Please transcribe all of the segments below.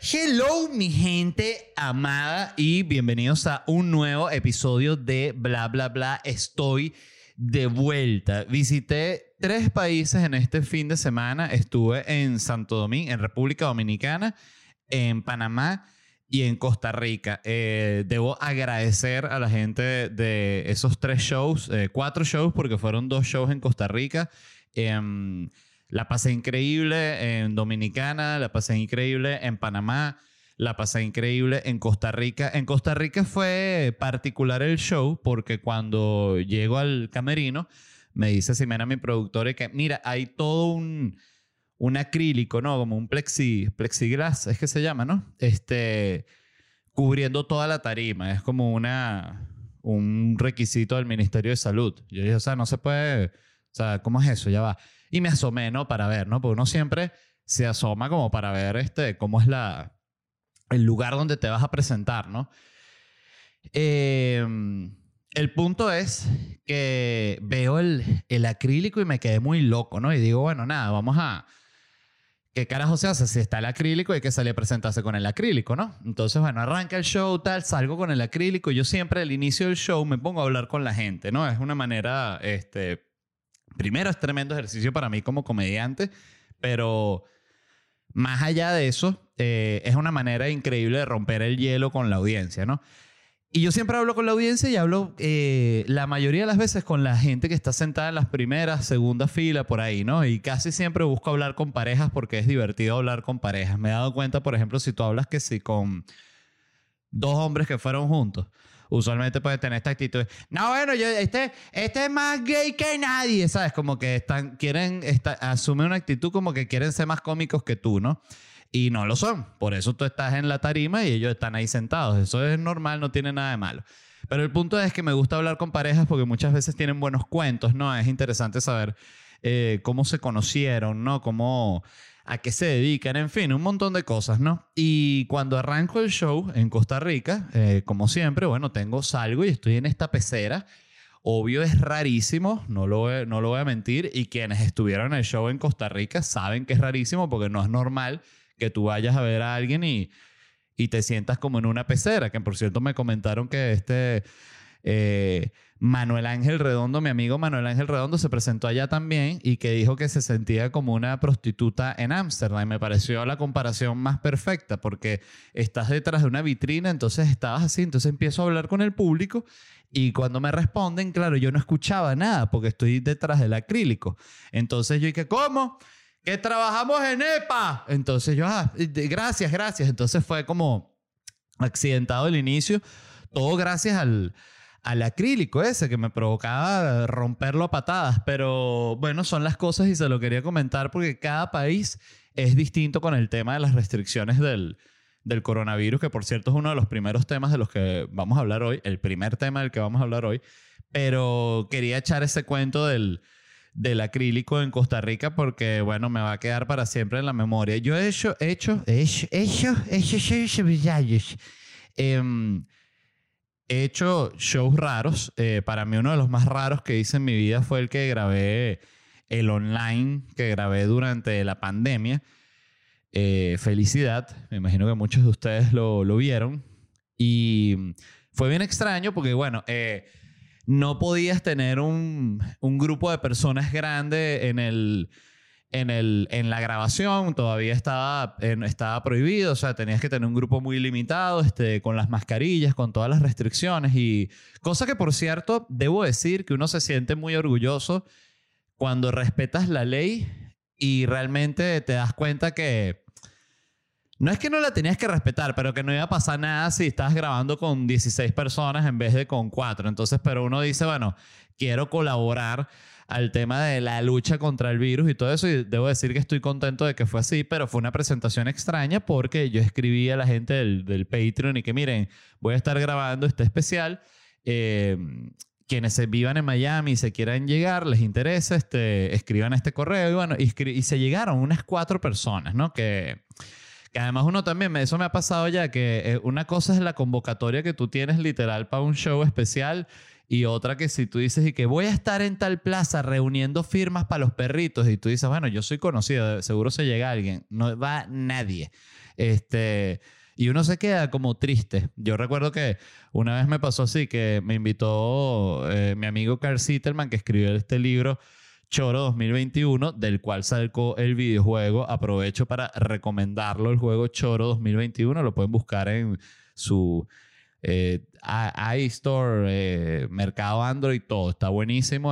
Hello, mi gente amada, y bienvenidos a un nuevo episodio de Bla Bla Bla. Estoy de vuelta. Visité 3 países en este fin de semana. Estuve en Santo Domingo, en República Dominicana, en Panamá y en Costa Rica. Debo agradecer a la gente de esos 3 shows, 4 shows, porque fueron 2 shows en Costa Rica. La pasé increíble en Dominicana, la pasé increíble en Panamá, la pasé increíble en Costa Rica. En Costa Rica fue particular el show porque cuando llego al camerino me dice Ximena, mi productora, que mira, hay todo un acrílico, ¿no? Como un plexiglass, es que se llama, ¿no? Cubriendo toda la tarima. Es como un requisito del Ministerio de Salud. Yo dije, o sea, no se puede... O sea, ¿cómo es eso? Ya va. Y me asomé, ¿no? Para ver, ¿no? Porque uno siempre se asoma como para ver cómo es el lugar donde te vas a presentar, ¿no? El punto es que veo el acrílico y me quedé muy loco, ¿no? Y digo, bueno, nada, vamos a... ¿Qué carajo se hace? Si está el acrílico hay que salir a presentarse con el acrílico, ¿no? Entonces, bueno, arranca el show, tal, salgo con el acrílico. Yo siempre al inicio del show me pongo a hablar con la gente, ¿no? Es una manera, primero es tremendo ejercicio para mí como comediante, pero más allá de eso, es una manera increíble de romper el hielo con la audiencia, ¿no? Y yo siempre hablo con la audiencia y hablo la mayoría de las veces con la gente que está sentada en las primeras, segunda fila, por ahí, ¿no? Y casi siempre busco hablar con parejas porque es divertido hablar con parejas. Me he dado cuenta, por ejemplo, si tú hablas que sí con 2 hombres que fueron juntos, usualmente puede tener esta actitud. No, bueno, este es más gay que nadie, ¿sabes? Como que asumen una actitud como que quieren ser más cómicos que tú, ¿no? Y no lo son. Por eso tú estás en la tarima y ellos están ahí sentados. Eso es normal, no tiene nada de malo. Pero el punto es que me gusta hablar con parejas porque muchas veces tienen buenos cuentos, ¿no? Es interesante saber cómo se conocieron, ¿no? A qué se dedican, en fin, un montón de cosas, ¿no? Y cuando arranco el show en Costa Rica, como siempre, bueno, salgo y estoy en esta pecera. Obvio es rarísimo, no lo voy a mentir, y quienes estuvieron en el show en Costa Rica saben que es rarísimo porque no es normal que tú vayas a ver a alguien y te sientas como en una pecera, que por cierto me comentaron que Manuel Ángel Redondo, mi amigo Manuel Ángel Redondo, se presentó allá también y que dijo que se sentía como una prostituta en Ámsterdam. Y me pareció la comparación más perfecta porque estás detrás de una vitrina, entonces estabas así, entonces empiezo a hablar con el público y cuando me responden, claro, yo no escuchaba nada porque estoy detrás del acrílico. Entonces yo dije, ¿cómo? ¡Que trabajamos en EPA! Entonces yo, gracias. Entonces fue como accidentado el inicio, todo gracias al acrílico ese que me provocaba romperlo a patadas. Pero bueno, son las cosas y se lo quería comentar porque cada país es distinto con el tema de las restricciones del coronavirus, que por cierto es uno de los primeros temas de los que vamos a hablar hoy, el primer tema del que vamos a hablar hoy. Pero quería echar ese cuento del acrílico en Costa Rica porque, bueno, me va a quedar para siempre en la memoria. Yo he hecho shows raros. Para mí uno de los más raros que hice en mi vida fue el que grabé, el online que grabé durante la pandemia. Felicidad, me imagino que muchos de ustedes lo vieron. Y fue bien extraño porque, bueno, no podías tener un grupo de personas grande en la grabación. Todavía estaba prohibido. O sea, tenías que tener un grupo muy limitado, con las mascarillas, con todas las restricciones. Y cosa que, por cierto, debo decir que uno se siente muy orgulloso cuando respetas la ley y realmente te das cuenta que no es que no la tenías que respetar, pero que no iba a pasar nada si estabas grabando con 16 personas en vez de con 4. Entonces, pero uno dice, bueno, quiero colaborar al tema de la lucha contra el virus y todo eso. Y debo decir que estoy contento de que fue así, pero fue una presentación extraña porque yo escribí a la gente del Patreon y que miren, voy a estar grabando este especial. Quienes vivan en Miami y se quieran llegar, les interesa, escriban este correo. Y bueno, y se llegaron unas 4 personas, ¿no? Que además uno también, eso me ha pasado ya, que una cosa es la convocatoria que tú tienes literal para un show especial y otra que si tú dices y que voy a estar en tal plaza reuniendo firmas para los perritos y tú dices, bueno, yo soy conocido, seguro se llega alguien. No va nadie. Y uno se queda como triste. Yo recuerdo que una vez me pasó así, que me invitó mi amigo Carl Sitterman, que escribió este libro, Choro 2021, del cual sacó el videojuego. Aprovecho para recomendarlo, el juego Choro 2021. Lo pueden buscar en su iStore, mercado Android, todo. Está buenísimo.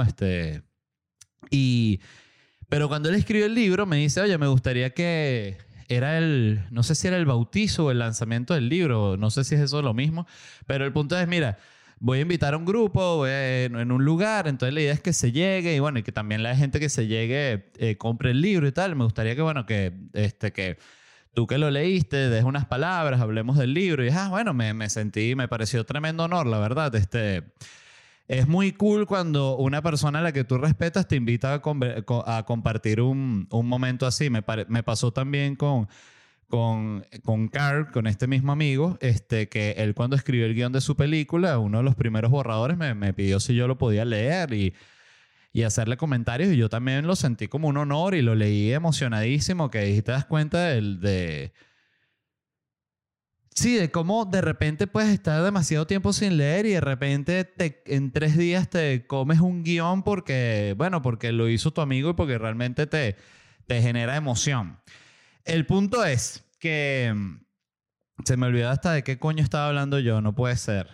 Pero cuando él escribió el libro, me dice, oye, me gustaría que no sé si era el bautizo o el lanzamiento del libro, no sé si es eso lo mismo, pero el punto es, mira, voy a invitar a un grupo en un lugar, entonces la idea es que se llegue y bueno, y que también la gente que se llegue compre el libro y tal. Me gustaría que, bueno, que tú que lo leíste, des unas palabras, hablemos del libro. Y bueno, me pareció tremendo honor, la verdad. Es muy cool cuando una persona a la que tú respetas te invita a compartir un momento así. Me pasó también con Carl, con este mismo amigo, que él cuando escribió el guión de su película, uno de los primeros borradores me pidió si yo lo podía leer y hacerle comentarios, y yo también lo sentí como un honor y lo leí emocionadísimo, que ahí te das cuenta sí, de cómo de repente puedes estar demasiado tiempo sin leer y de repente en 3 días te comes un guión porque lo hizo tu amigo y porque realmente te genera emoción. El punto es que se me olvidó hasta de qué coño estaba hablando yo, no puede ser.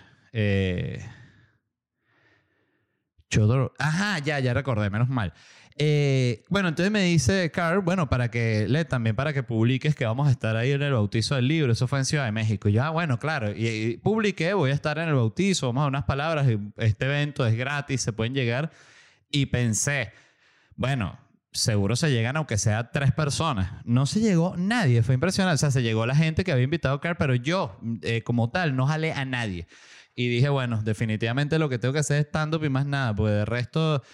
Chodoro. Ajá, ya recordé, menos mal. Bueno, entonces me dice Carl, bueno, también para que publiques que vamos a estar ahí en el bautizo del libro. Eso fue en Ciudad de México. Y yo, bueno, claro. Y publiqué, voy a estar en el bautizo, vamos a dar unas palabras. Este evento es gratis, se pueden llegar. Y pensé, bueno, seguro se llegan aunque sea 3 personas. No se llegó nadie, fue impresionante. O sea, se llegó la gente que había invitado a Carl, pero yo, como tal, no jalé a nadie. Y dije, bueno, definitivamente lo que tengo que hacer es stand-up y más nada, pues de resto,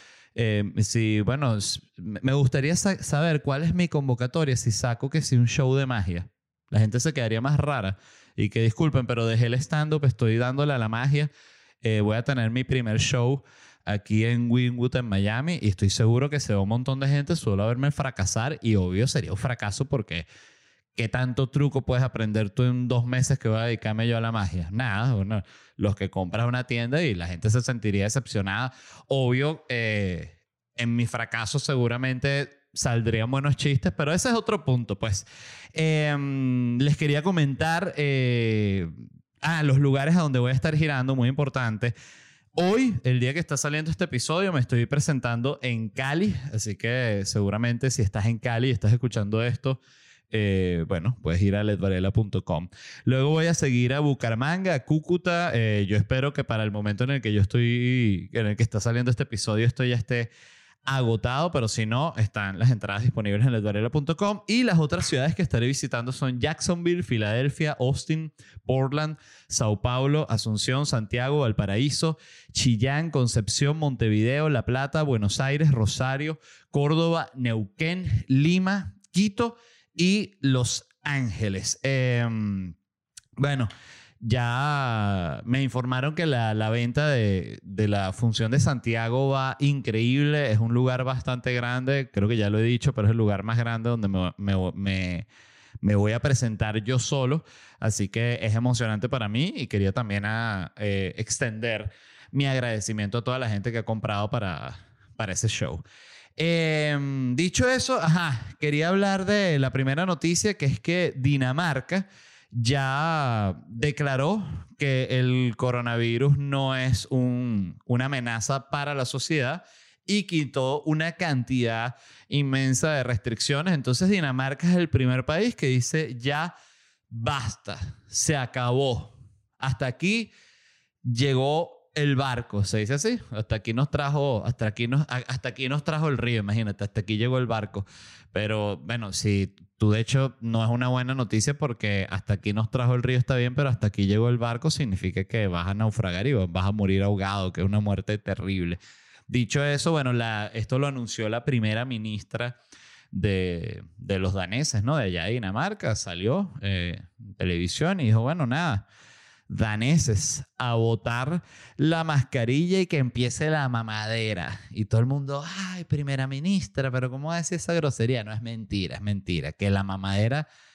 me gustaría saber cuál es mi convocatoria si saco que si un show de magia. La gente se quedaría más rara. Y que disculpen, pero dejé el stand-up, estoy dándole a la magia. Voy a tener mi primer show aquí en Wynwood, en Miami, y estoy seguro que se va un montón de gente solo a verme fracasar, y obvio sería un fracaso porque ¿qué tanto truco puedes aprender tú en 2 meses que voy a dedicarme yo a la magia? Nada, bueno, los que compras una tienda y la gente se sentiría decepcionada. Obvio, en mi fracaso seguramente saldrían buenos chistes, pero ese es otro punto, pues. Les quería comentar los lugares a donde voy a estar girando, muy importante. Hoy, el día que está saliendo este episodio, me estoy presentando en Cali, así que seguramente si estás en Cali y estás escuchando esto, bueno, puedes ir a ledvarela.com. Luego voy a seguir a Bucaramanga, a Cúcuta. Yo espero que para el momento en el que en el que está saliendo este episodio, esto ya esté agotado, pero si no, están las entradas disponibles en ledvarela.com. Y las otras ciudades que estaré visitando son Jacksonville, Filadelfia, Austin, Portland, Sao Paulo, Asunción, Santiago, Valparaíso, Chillán, Concepción, Montevideo, La Plata, Buenos Aires, Rosario, Córdoba, Neuquén, Lima, Quito y Los Ángeles. Bueno, ya me informaron que la venta de la función de Santiago va increíble. Es un lugar bastante grande. Creo que ya lo he dicho, pero es el lugar más grande donde me voy a presentar yo solo. Así que es emocionante para mí y quería también extender mi agradecimiento a toda la gente que ha comprado para ese show. Dicho eso, quería hablar de la primera noticia, que es que Dinamarca ya declaró que el coronavirus no es una amenaza para la sociedad y quitó una cantidad inmensa de restricciones. Entonces Dinamarca es el primer país que dice ya basta, se acabó. Hasta aquí llegó el barco, se dice así. Hasta aquí nos trajo el río, imagínate, hasta aquí llegó el barco. Pero bueno, si tú de hecho no es una buena noticia porque hasta aquí nos trajo el río está bien, pero hasta aquí llegó el barco significa que vas a naufragar y vas a morir ahogado, que es una muerte terrible. Dicho eso, bueno, esto lo anunció la primera ministra de los daneses, ¿no? De allá de Dinamarca, salió en televisión y dijo, bueno, nada, daneses a botar la mascarilla y que empiece la mamadera. Y todo el mundo, ay, primera ministra, pero ¿cómo va a decir esa grosería? No, es mentira, es mentira. Que la mamadera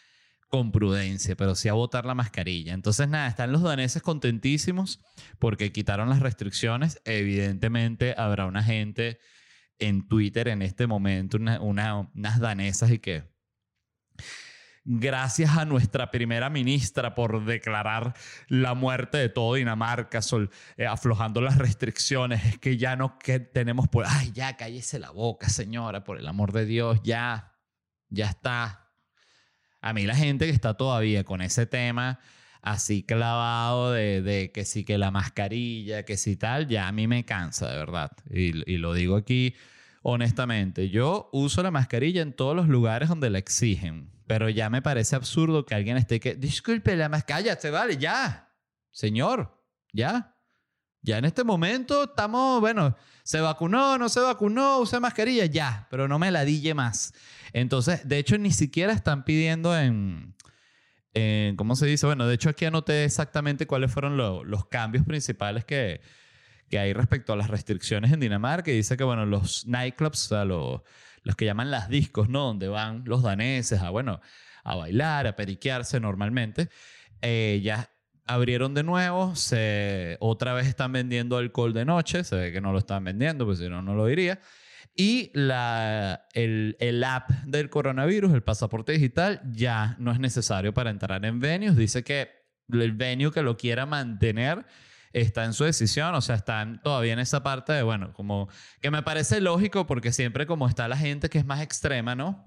con prudencia, pero sí a botar la mascarilla. Entonces, nada, están los daneses contentísimos porque quitaron las restricciones. Evidentemente, habrá una gente en Twitter en este momento, unas danesas y que gracias a nuestra primera ministra por declarar la muerte de todo Dinamarca, aflojando las restricciones. Es que ya no tenemos... Ay, ya, cállese la boca, señora, por el amor de Dios, ya está. A mí la gente que está todavía con ese tema así clavado de que sí, que la mascarilla, que sí tal, ya a mí me cansa, de verdad. Y lo digo aquí honestamente. Yo uso la mascarilla en todos los lugares donde la exigen, pero ya me parece absurdo que alguien esté que... Disculpe, la mascarilla, se vale, ya. Señor, ya. Ya en este momento estamos, bueno, se vacunó, no se vacunó, usa mascarilla, ya, pero no me la dille más. Entonces, de hecho, ni siquiera están pidiendo ¿cómo se dice? Bueno, de hecho, aquí anoté exactamente cuáles fueron los cambios principales que hay respecto a las restricciones en Dinamarca. Y dice que, bueno, los nightclubs, o sea, los que llaman las discos, ¿no? Donde van los daneses a bailar, a periquearse normalmente, ya abrieron de nuevo. Otra vez están vendiendo alcohol de noche. Se ve que no lo están vendiendo, pues si no, no lo diría. Y el app del coronavirus, el pasaporte digital, ya no es necesario para entrar en venues. Dice que el venue que lo quiera mantener está en su decisión. O sea, están todavía en esa parte de, bueno, como que me parece lógico porque siempre como está la gente que es más extrema, ¿no?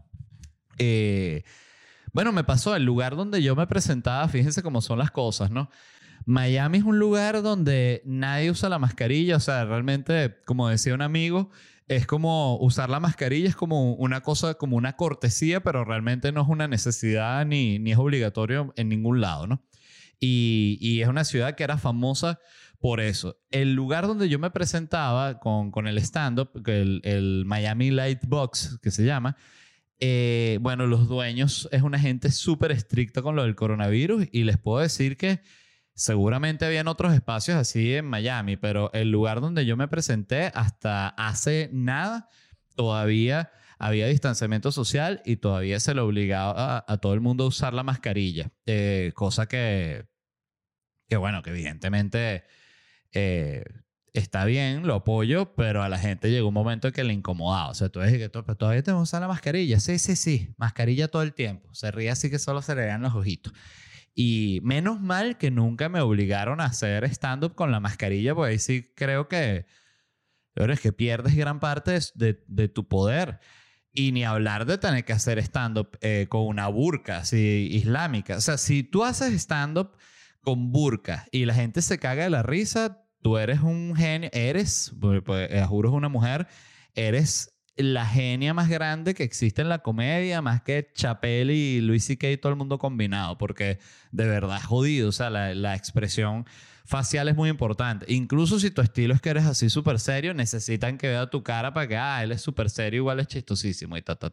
Bueno, me pasó el lugar donde yo me presentaba, fíjense cómo son las cosas, ¿no? Miami es un lugar donde nadie usa la mascarilla. O sea, realmente, como decía un amigo, es como usar la mascarilla, es como una cosa, como una cortesía, pero realmente no es una necesidad ni es obligatorio en ningún lado, ¿no? Y es una ciudad que era famosa por eso. El lugar donde yo me presentaba con el stand-up, el Miami Lightbox, que se llama, bueno, los dueños es una gente súper estricta con lo del coronavirus y les puedo decir que seguramente habían otros espacios así en Miami, pero el lugar donde yo me presenté hasta hace nada todavía había distanciamiento social y todavía se le obligaba a todo el mundo a usar la mascarilla. Cosa que bueno, que evidentemente está bien, lo apoyo, pero a la gente llegó un momento en que le incomodaba. O sea, tú dices que todavía tenemos que usar la mascarilla. Sí, mascarilla todo el tiempo. Se ríe así que solo se le vean los ojitos. Y menos mal que nunca me obligaron a hacer stand-up con la mascarilla, porque ahí sí creo que, pero es que pierdes gran parte de tu poder. Y ni hablar de tener que hacer stand-up con una burka así, islámica. O sea, si tú haces stand-up con burka y la gente se caga de la risa, tú eres un genio. Juro, es una mujer, eres la genia más grande que existe en la comedia, más que Chappelle y Louis C.K. y todo el mundo combinado, porque de verdad es jodido. O sea, la expresión facial es muy importante. Incluso si tu estilo es que eres así súper serio, necesitan que vea tu cara para que, él es súper serio, igual es chistosísimo y tal.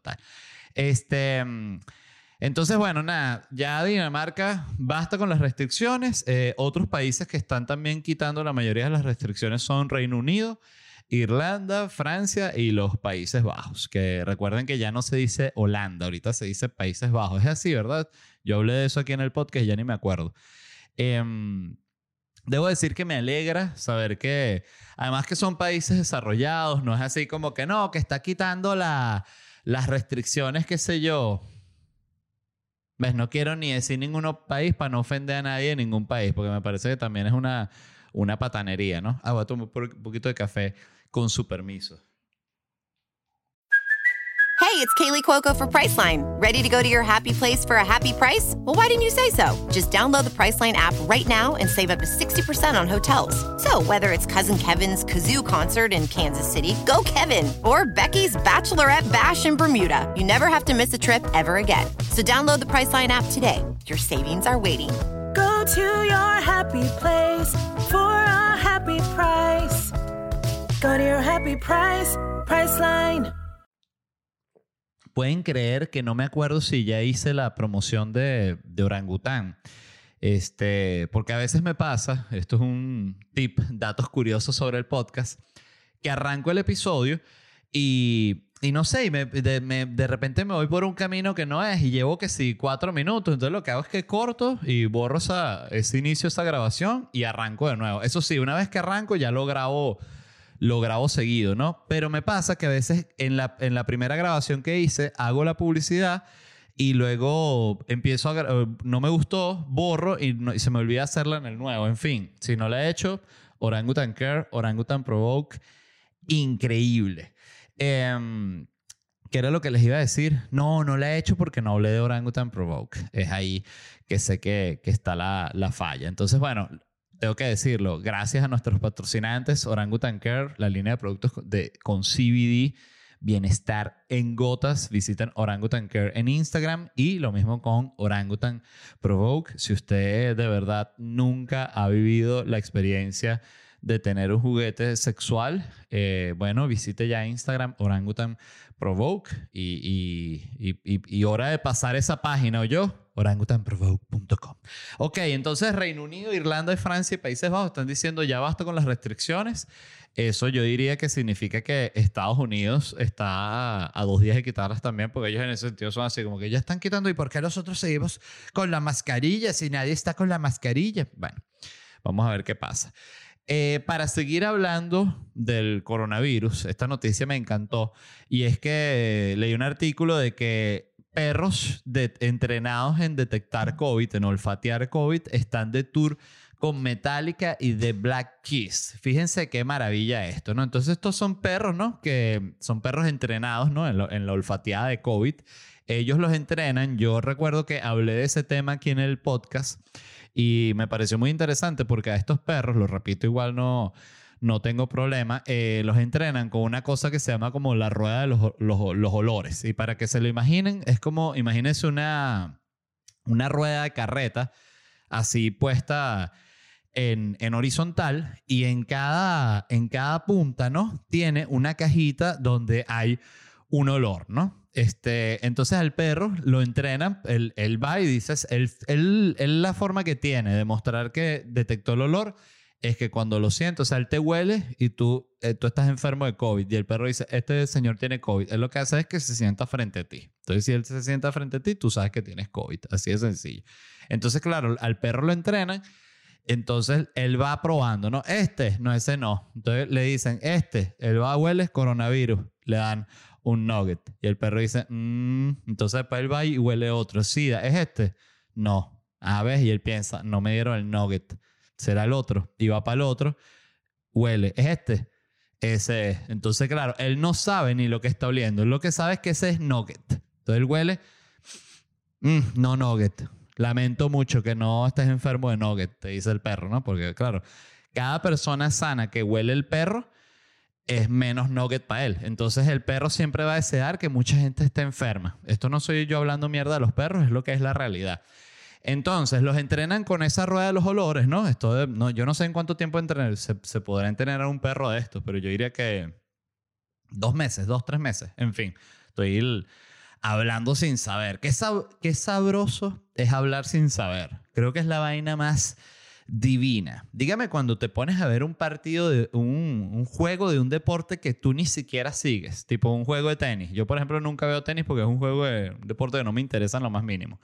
Entonces, bueno, nada, ya Dinamarca basta con las restricciones. Otros países que están también quitando la mayoría de las restricciones son Reino Unido, Irlanda, Francia y los Países Bajos. Que recuerden que ya no se dice Holanda, ahorita se dice Países Bajos. Es así, ¿verdad? Yo hablé de eso aquí en el podcast y ya ni me acuerdo. Debo decir que me alegra saber que, además que son países desarrollados, no es así como que no, que está quitando las restricciones, qué sé yo. ¿Ves? No quiero ni decir ningún país para no ofender a nadie de ningún país, porque me parece que también es una patanería, ¿no? Voy a tomar un poquito de café con su permiso. Hey, it's Kaylee Cuoco for Priceline. Ready to go to your happy place for a happy price? Well, why didn't you say so? Just download the Priceline app right now and save up to 60% on hotels. So whether it's Cousin Kevin's Kazoo Concert in Kansas City, go Kevin, or Becky's Bachelorette Bash in Bermuda, you never have to miss a trip ever again. So download the Priceline app today. Your savings are waiting. Go to your happy place for a happy price. Go to your happy price, Priceline. Pueden creer que no me acuerdo si ya hice la promoción de Orangután. Porque a veces me pasa, esto es un tip, datos curiosos sobre el podcast, que arranco el episodio y Y no sé, y de repente me voy por un camino que no es y llevo que sí 4 minutos. Entonces lo que hago es que corto y borro ese inicio, esa grabación y arranco de nuevo. Eso sí, una vez que arranco ya lo grabo seguido, ¿no? Pero me pasa que a veces en la primera grabación que hice hago la publicidad y luego empiezo no me gustó, borro y se me olvida hacerla en el nuevo. En fin, si no la he hecho, Orangutan Care, Orangutan Provoke, increíble. ¿Qué era lo que les iba a decir? No la he hecho porque no hablé de Orangutan Provoke. Es ahí que sé que está la falla. Entonces, bueno, tengo que decirlo. Gracias a nuestros patrocinantes, Orangutan Care, la línea de productos con CBD, bienestar en gotas. Visiten Orangutan Care en Instagram y lo mismo con Orangutan Provoke. Si usted de verdad nunca ha vivido la experiencia de tener un juguete sexual, bueno, visite ya Instagram Orangutan Provoke y hora de pasar esa página, ¿o yo? orangutanprovoke.com. Ok, entonces Reino Unido, Irlanda, Francia y Países Bajos están diciendo ya basta con las restricciones. Eso yo diría que significa que Estados Unidos está a 2 días de quitarlas también, porque ellos en ese sentido son así como que ya están quitando. ¿Y por qué nosotros seguimos con la mascarilla si nadie está con la mascarilla? Bueno, vamos a ver qué pasa. Para seguir hablando del coronavirus, esta noticia me encantó y es que leí un artículo de que perros entrenados en detectar COVID, en olfatear COVID, están de tour con Metallica y The Black Keys. Fíjense qué maravilla esto, ¿no? Entonces estos son perros, ¿no? Que son perros entrenados, ¿no? En la olfateada de COVID. Ellos los entrenan. Yo recuerdo que hablé de ese tema aquí en el podcast y me pareció muy interesante porque a estos perros, lo repito, igual no tengo problema, los entrenan con una cosa que se llama como la rueda de los olores. Y para que se lo imaginen, es como, imagínense una rueda de carreta así puesta en horizontal y en cada punta, ¿no? Tiene una cajita donde hay un olor, ¿no? Entonces al perro lo entrenan, él va y dices, él la forma que tiene de mostrar que detectó el olor es que cuando lo siente, o sea, él te huele y tú estás enfermo de COVID y el perro dice, este señor tiene COVID. Él lo que hace es que se sienta frente a ti. Entonces, si él se sienta frente a ti, tú sabes que tienes COVID. Así de sencillo. Entonces, claro, al perro lo entrenan. Entonces, él va probando, ¿no? Ese no. Entonces, le dicen, él va, huele coronavirus. Le dan un nugget. Y el perro dice, Entonces, después él va y huele otro. SIDA, ¿es No. A ver, y él piensa, no me dieron el nugget. Será el otro. Y va para el otro. Huele. ¿Es Ese es. Entonces, claro, él no sabe ni lo que está oliendo. Él lo que sabe es que ese es nugget. Entonces, él huele. No nugget. Lamento mucho que no estés enfermo de nugget, te dice el perro, ¿no? Porque, claro, cada persona sana que huele el perro es menos nugget para él. Entonces, el perro siempre va a desear que mucha gente esté enferma. Esto no soy yo hablando mierda de los perros, es lo que es la realidad. Entonces, los entrenan con esa rueda de los olores, ¿no? Yo no sé en cuánto tiempo se podrá entrenar a un perro de estos, pero yo diría que 2 meses, 3 meses. En fin, estoy hablando sin saber. Qué sabroso es hablar sin saber. Creo que es la vaina más divina. Dígame cuando te pones a ver un partido de un juego de un deporte que tú ni siquiera sigues, tipo un juego de tenis. Yo, por ejemplo, nunca veo tenis porque es un deporte que no me interesa en lo más mínimo.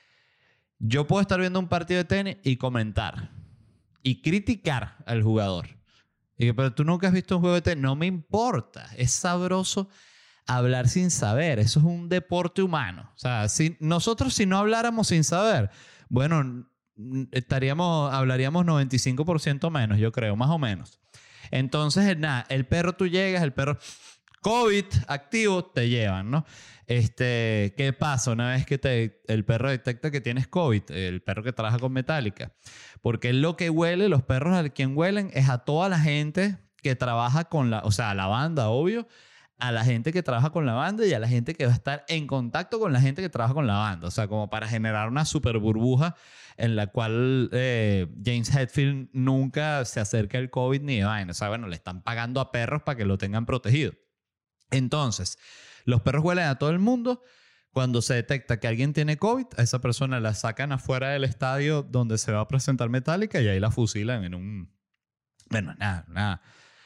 Yo puedo estar viendo un partido de tenis y comentar y criticar al jugador. Pero tú nunca has visto un juego de tenis. No me importa. Es sabroso hablar sin saber. Eso es un deporte humano. O sea, si no habláramos sin saber, bueno, hablaríamos 95% menos, yo creo, más o menos. Entonces, nada, el perro tú llegas, el perro COVID activo, te llevan, ¿no? ¿Qué pasa una vez que el perro detecta que tienes COVID? El perro que trabaja con Metallica. Porque lo que huele, los perros a quien huelen es a toda la gente que trabaja o sea, a la banda, obvio, a la gente que trabaja con la banda y a la gente que va a estar en contacto con la gente que trabaja con la banda. O sea, como para generar una super burbuja en la cual James Hetfield nunca se acerca al COVID ni de vaina. O sea, bueno, le están pagando a perros para que lo tengan protegido. Entonces, los perros huelen a todo el mundo. Cuando se detecta que alguien tiene COVID, a esa persona la sacan afuera del estadio donde se va a presentar Metallica y ahí la fusilan en un... Bueno, nada.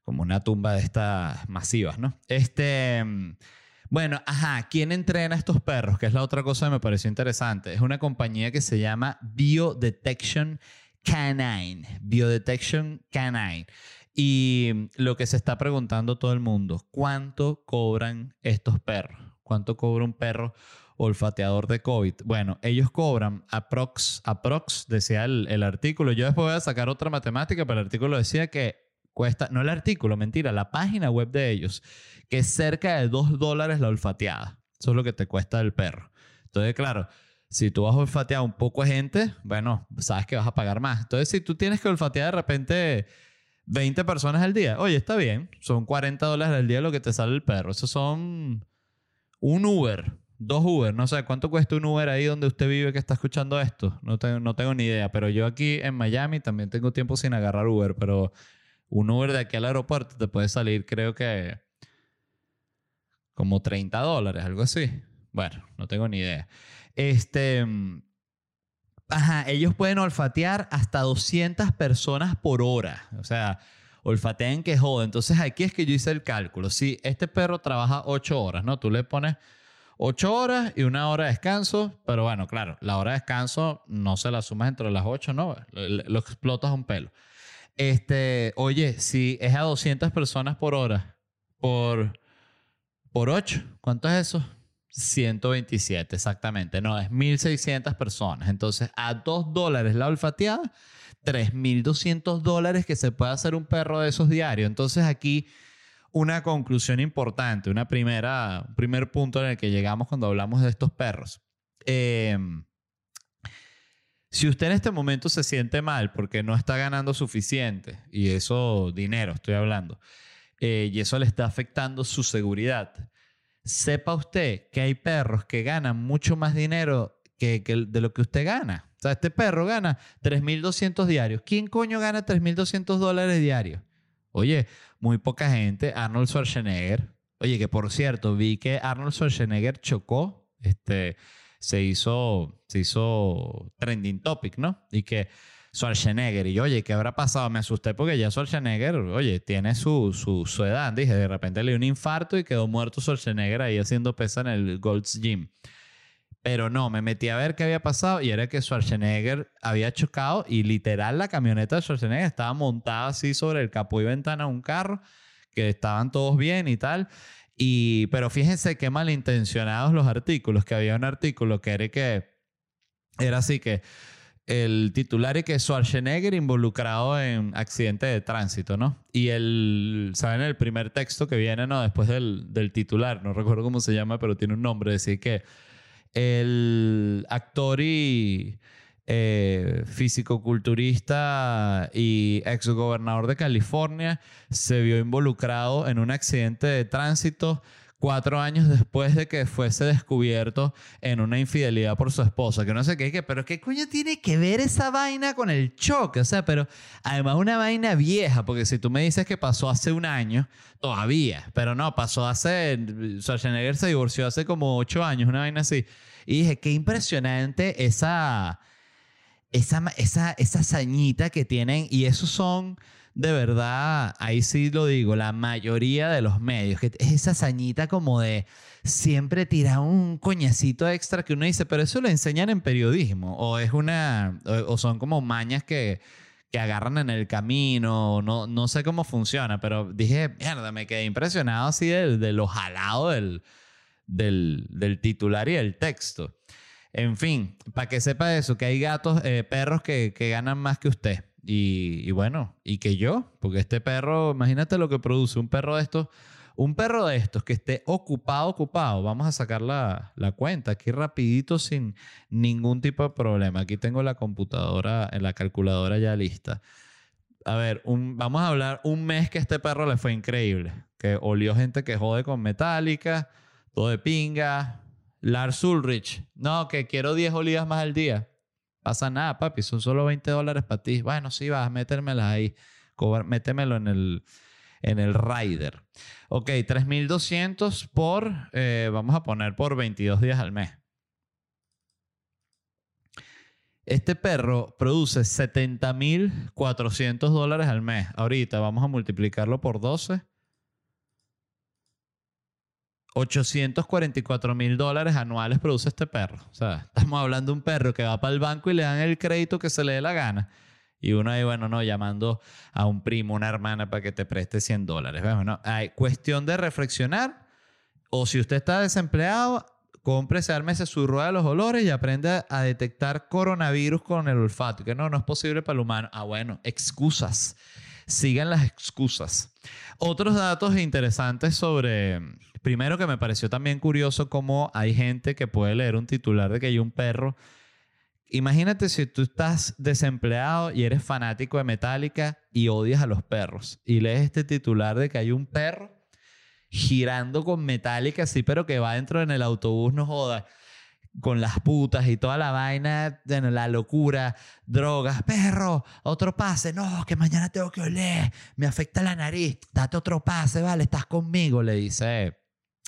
como una tumba de estas masivas, ¿no? Bueno, ¿quién entrena a estos perros? Que es la otra cosa que me pareció interesante. Es una compañía que se llama Biodetection Canine. Biodetection Canine. Y lo que se está preguntando todo el mundo, ¿cuánto cobran estos perros? ¿Cuánto cobra un perro olfateador de COVID? Bueno, ellos cobran aprox, decía el artículo. Yo después voy a sacar otra matemática, pero el artículo decía que cuesta, no el artículo, mentira, la página web de ellos, que es cerca de $2 la olfateada. Eso es lo que te cuesta el perro. Entonces, claro, si tú vas a olfatear un poco de gente, bueno, sabes que vas a pagar más. Entonces, si tú tienes que olfatear de repente 20 personas al día, oye, está bien, son $40 al día lo que te sale el perro. Eso son un Uber, 2 Uber, no sé, ¿cuánto cuesta un Uber ahí donde usted vive que está escuchando esto? No tengo ni idea, pero yo aquí en Miami también tengo tiempo sin agarrar Uber, pero un Uber de aquí al aeropuerto te puede salir, creo que como $30, algo así. Bueno, no tengo ni idea. Ellos pueden olfatear hasta 200 personas por hora. O sea, olfatean que jode. Entonces aquí es que yo hice el cálculo. Si este perro trabaja 8 horas, ¿no? Tú le pones 8 horas y 1 hora de descanso. Pero bueno, claro, la hora de descanso no se la sumas entre las 8, ¿no? Lo explotas un pelo. Oye, si es a 200 personas por hora, por 8, ¿cuánto es eso? 127, exactamente. No, es 1.600 personas. Entonces, a $2 la olfateada, $3.200 que se puede hacer un perro de esos diarios. Entonces, aquí una conclusión importante, un primer punto en el que llegamos cuando hablamos de estos perros. Si usted en este momento se siente mal porque no está ganando suficiente, y eso, dinero estoy hablando, y eso le está afectando su seguridad, sepa usted que hay perros que ganan mucho más dinero que de lo que usted gana. O sea, este perro gana $3.200 diarios. ¿Quién coño gana $3.200 diarios? Oye, muy poca gente. Arnold Schwarzenegger. Oye, que por cierto, vi que Arnold Schwarzenegger chocó. Se hizo trending topic, ¿no? Y que Schwarzenegger, y yo, oye, ¿qué habrá pasado? Me asusté porque ya Schwarzenegger, oye, tiene su edad. Dije, de repente le dio un infarto y quedó muerto Schwarzenegger ahí haciendo pesa en el Gold's Gym. Pero no, me metí a ver qué había pasado y era que Schwarzenegger había chocado y literal la camioneta de Schwarzenegger estaba montada así sobre el capó y ventana de un carro, que estaban todos bien y tal. Pero fíjense qué malintencionados los artículos, que había un artículo que era así que el titular es que Schwarzenegger involucrado en accidente de tránsito, ¿no? Y ¿saben? El primer texto que viene, ¿no? Después del titular, no recuerdo cómo se llama, pero tiene un nombre, decir que el actor y fisicoculturista y exgobernador de California se vio involucrado en un accidente de tránsito 4 años después de que fuese descubierto en una infidelidad por su esposa. Que no sé qué, pero ¿qué coño tiene que ver esa vaina con el choque? O sea, pero además una vaina vieja, porque si tú me dices que pasó hace 1 año, todavía, pero no, Schwarzenegger se divorció hace como 8 años, una vaina así. Y dije, qué impresionante esa hazañita que tienen, y esos son de verdad, ahí sí lo digo, la mayoría de los medios, que es esa hazañita como de siempre tirar un coñacito extra que uno dice, pero eso lo enseñan en periodismo, o son como mañas que agarran en el camino, no sé cómo funciona, pero dije, mierda, me quedé impresionado así de lo jalado del titular y del texto. En fin, para que sepa eso, que hay perros que ganan más que usted. Y bueno, y que yo, porque este perro, imagínate lo que produce un perro de estos que esté ocupado, vamos a sacar la cuenta aquí rapidito sin ningún tipo de problema. Aquí tengo la computadora, la calculadora ya lista. A ver, vamos a hablar un mes que este perro le fue increíble, que olió gente que jode con Metallica, todo de pinga. Lars Ulrich, no, que quiero 10 olidas más al día. Pasa nada, papi, son solo $20 para ti. Bueno, sí, vas a metérmelas ahí. Métemelo en el rider. Ok, 3.200 vamos a poner por 22 días al mes. Este perro produce $70,400 al mes. Ahorita vamos a multiplicarlo por 12. $844,000 anuales produce este perro. O sea, estamos hablando de un perro que va para el banco y le dan el crédito que se le dé la gana. Y uno ahí, bueno, no, llamando a un primo, una hermana para que te preste $100. Bueno, hay cuestión de reflexionar. O si usted está desempleado, cómprese, ármese su rueda de los olores y aprenda a detectar coronavirus con el olfato. Que no es posible para el humano. Bueno, excusas. Sigan las excusas. Otros datos interesantes sobre... Primero, que me pareció también curioso cómo hay gente que puede leer un titular de que hay un perro. Imagínate si tú estás desempleado y eres fanático de Metallica y odias a los perros. Y lees este titular de que hay un perro girando con Metallica, sí, pero que va dentro en el autobús, no joda, con las putas y toda la vaina, la locura, drogas. Perro, otro pase. No, que mañana tengo que oler. Me afecta la nariz. Date otro pase, vale, estás conmigo, le dice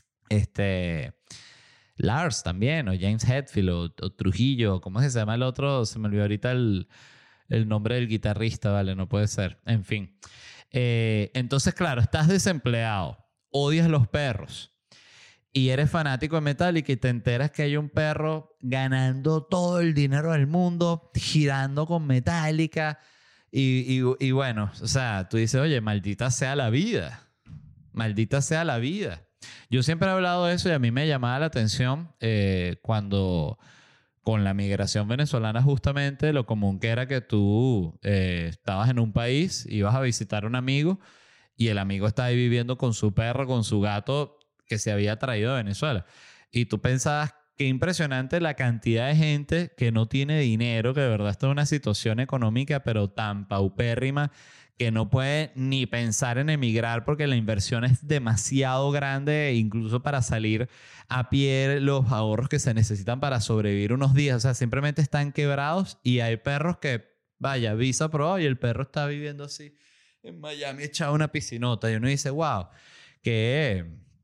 Lars también, o James Hetfield, o Trujillo. ¿Cómo se llama el otro? Se me olvidó ahorita el nombre del guitarrista, vale, no puede ser. En fin. Entonces, claro, estás desempleado, odias los perros y eres fanático de Metallica y te enteras que hay un perro ganando todo el dinero del mundo, girando con Metallica y bueno, o sea, tú dices, oye, maldita sea la vida. Maldita sea la vida. Yo siempre he hablado de eso y a mí me llamaba la atención cuando con la migración venezolana justamente lo común que era que tú estabas en un país, ibas a visitar a un amigo y el amigo estaba ahí viviendo con su perro, con su gato que se había traído de Venezuela. Y tú pensabas, qué impresionante la cantidad de gente que no tiene dinero, que de verdad está en una situación económica pero tan paupérrima que no puede ni pensar en emigrar porque la inversión es demasiado grande, incluso para salir a pie, los ahorros que se necesitan para sobrevivir unos días. O sea, simplemente están quebrados y hay perros que, vaya, visa aprobado y el perro está viviendo así en Miami echado una piscinota. Y uno dice, wow, que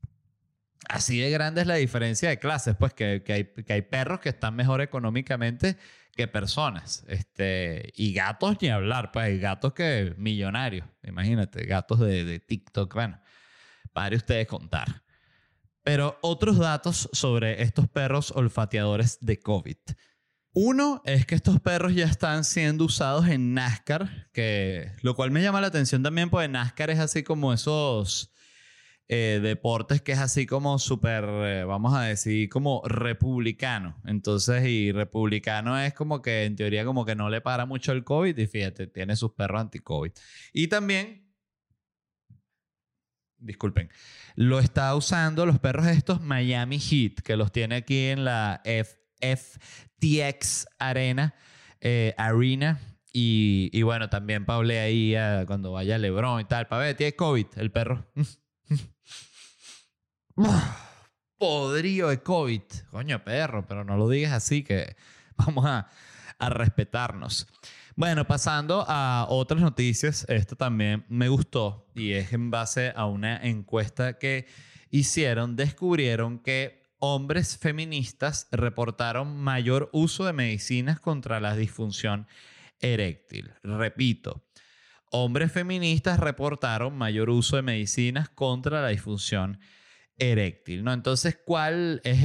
así de grande es la diferencia de clases, pues que hay perros que están mejor económicamente que personas. Y gatos ni hablar, pues hay gatos que millonarios, imagínate, gatos de TikTok, bueno, para ustedes contar. Pero otros datos sobre estos perros olfateadores de COVID. Uno es que estos perros ya están siendo usados en NASCAR, lo cual me llama la atención también, porque NASCAR es así como esos deportes que es así como súper, vamos a decir, como republicano. Entonces, y republicano es como que en teoría como que no le para mucho el COVID y fíjate, tiene sus perros anti-COVID. Y también, disculpen, lo está usando los perros estos Miami Heat, que los tiene aquí en la FTX Arena. Y bueno, también Paule ahí cuando vaya LeBron y tal, para ver, tiene COVID el perro. Podrido de COVID. Coño, perro, pero no lo digas así, que vamos a respetarnos. Bueno, pasando a otras noticias, esto también me gustó y es en base a una encuesta que hicieron, descubrieron que hombres feministas reportaron mayor uso de medicinas contra la disfunción eréctil. Repito, hombres feministas reportaron mayor uso de medicinas contra la disfunción eréctil, ¿no? Entonces, ¿cuál es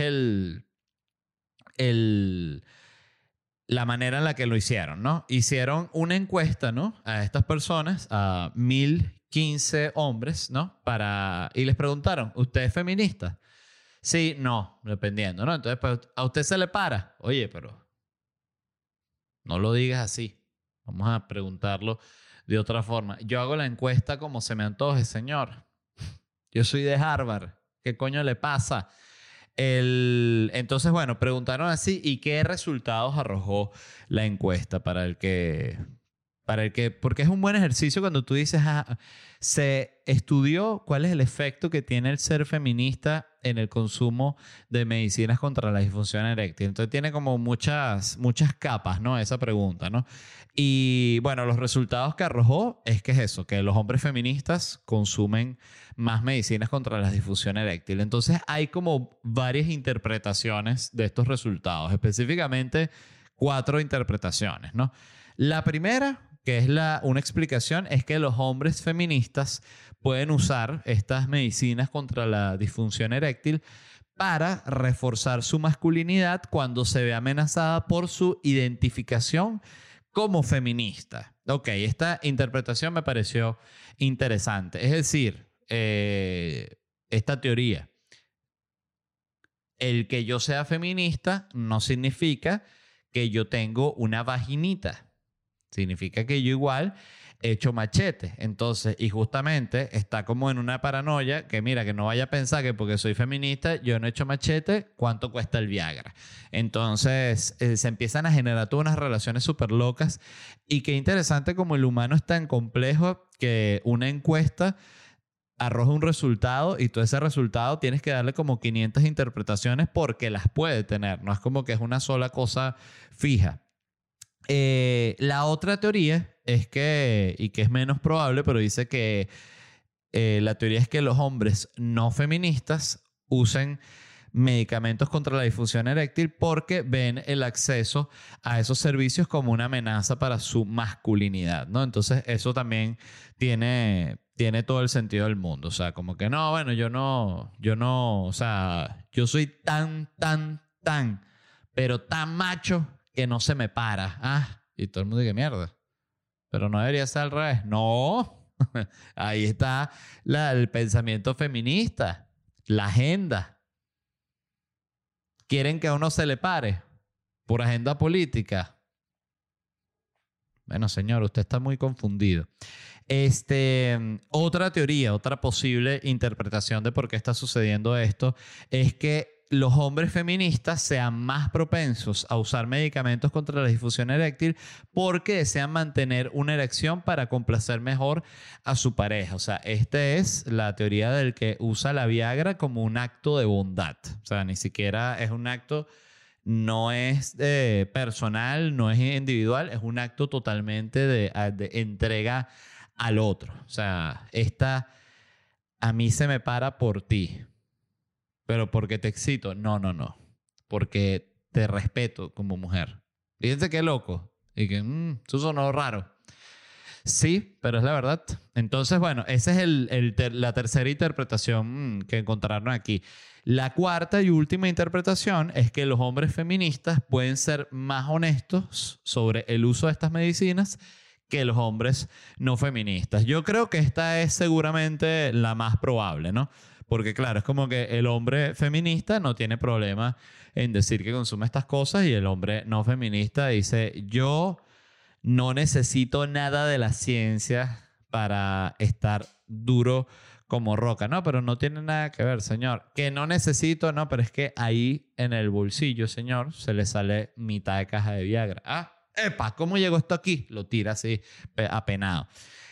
la manera en la que lo hicieron, ¿no? Hicieron una encuesta, ¿no? A estas personas, a 1,015 hombres, ¿no? Y les preguntaron, ¿usted es feminista? Sí, no, dependiendo, ¿no? Entonces, pues, ¿a usted se le para? Oye, pero no lo digas así. Vamos a preguntarlo de otra forma. Yo hago la encuesta como se me antoje, señor. Yo soy de Harvard. ¿Qué coño le pasa? Entonces, bueno, preguntaron así y qué resultados arrojó la encuesta porque es un buen ejercicio cuando tú dices, se estudió cuál es el efecto que tiene el ser feminista en el consumo de medicinas contra la disfunción eréctil. Entonces tiene como muchas capas, ¿no? Esa pregunta, ¿no? Y bueno, los resultados que arrojó es eso, que los hombres feministas consumen más medicinas contra la disfunción eréctil. Entonces hay como varias interpretaciones de estos resultados. Específicamente, 4 interpretaciones, ¿no? La primera, que es una explicación, es que los hombres feministas pueden usar estas medicinas contra la disfunción eréctil para reforzar su masculinidad cuando se ve amenazada por su identificación como feminista. Ok, esta interpretación me pareció interesante. Es decir, esta teoría, el que yo sea feminista no significa que yo tengo una vaginita. Significa que yo igual he hecho machete. Entonces, y justamente está como en una paranoia que mira, que no vaya a pensar que porque soy feminista yo no he hecho machete, ¿cuánto cuesta el Viagra? Entonces, se empiezan a generar todas unas relaciones súper locas. Y qué interesante como el humano es tan complejo que una encuesta arroja un resultado y tú ese resultado tienes que darle como 500 interpretaciones porque las puede tener. No es como que es una sola cosa fija. La otra teoría es que, y que es menos probable, pero dice que la teoría es que los hombres no feministas usen medicamentos contra la disfunción eréctil porque ven el acceso a esos servicios como una amenaza para su masculinidad, ¿no? Entonces eso también tiene todo el sentido del mundo. O sea, como que no, bueno, yo no, o sea, yo soy pero tan macho que no se me para. Ah, y todo el mundo dice, mierda. Pero no debería ser al revés. No. Ahí está el pensamiento feminista, la agenda. ¿Quieren que a uno se le pare por agenda política? Bueno, señor, usted está muy confundido. Otra teoría, otra posible interpretación de por qué está sucediendo esto es que los hombres feministas sean más propensos a usar medicamentos contra la disfunción eréctil porque desean mantener una erección para complacer mejor a su pareja. O sea, esta es la teoría del que usa la Viagra como un acto de bondad. O sea, ni siquiera es un acto, no es personal, no es individual, es un acto totalmente de entrega al otro. O sea, esta a mí se me para por ti. Pero porque te excito. No. Porque te respeto como mujer. Fíjense qué loco. Y que, eso sonó raro. Sí, pero es la verdad. Entonces, bueno, esa es la tercera interpretación que encontraron aquí. La cuarta y última interpretación es que los hombres feministas pueden ser más honestos sobre el uso de estas medicinas que los hombres no feministas. Yo creo que esta es seguramente la más probable, ¿no? Porque claro, es como que el hombre feminista no tiene problema en decir que consume estas cosas y el hombre no feminista dice, yo no necesito nada de la ciencia para estar duro como roca. No, pero no tiene nada que ver, señor. Que no necesito, no, pero es que ahí en el bolsillo, señor, se le sale mitad de caja de Viagra. Ah, epa, ¿cómo llegó esto aquí? Lo tira así, apenado.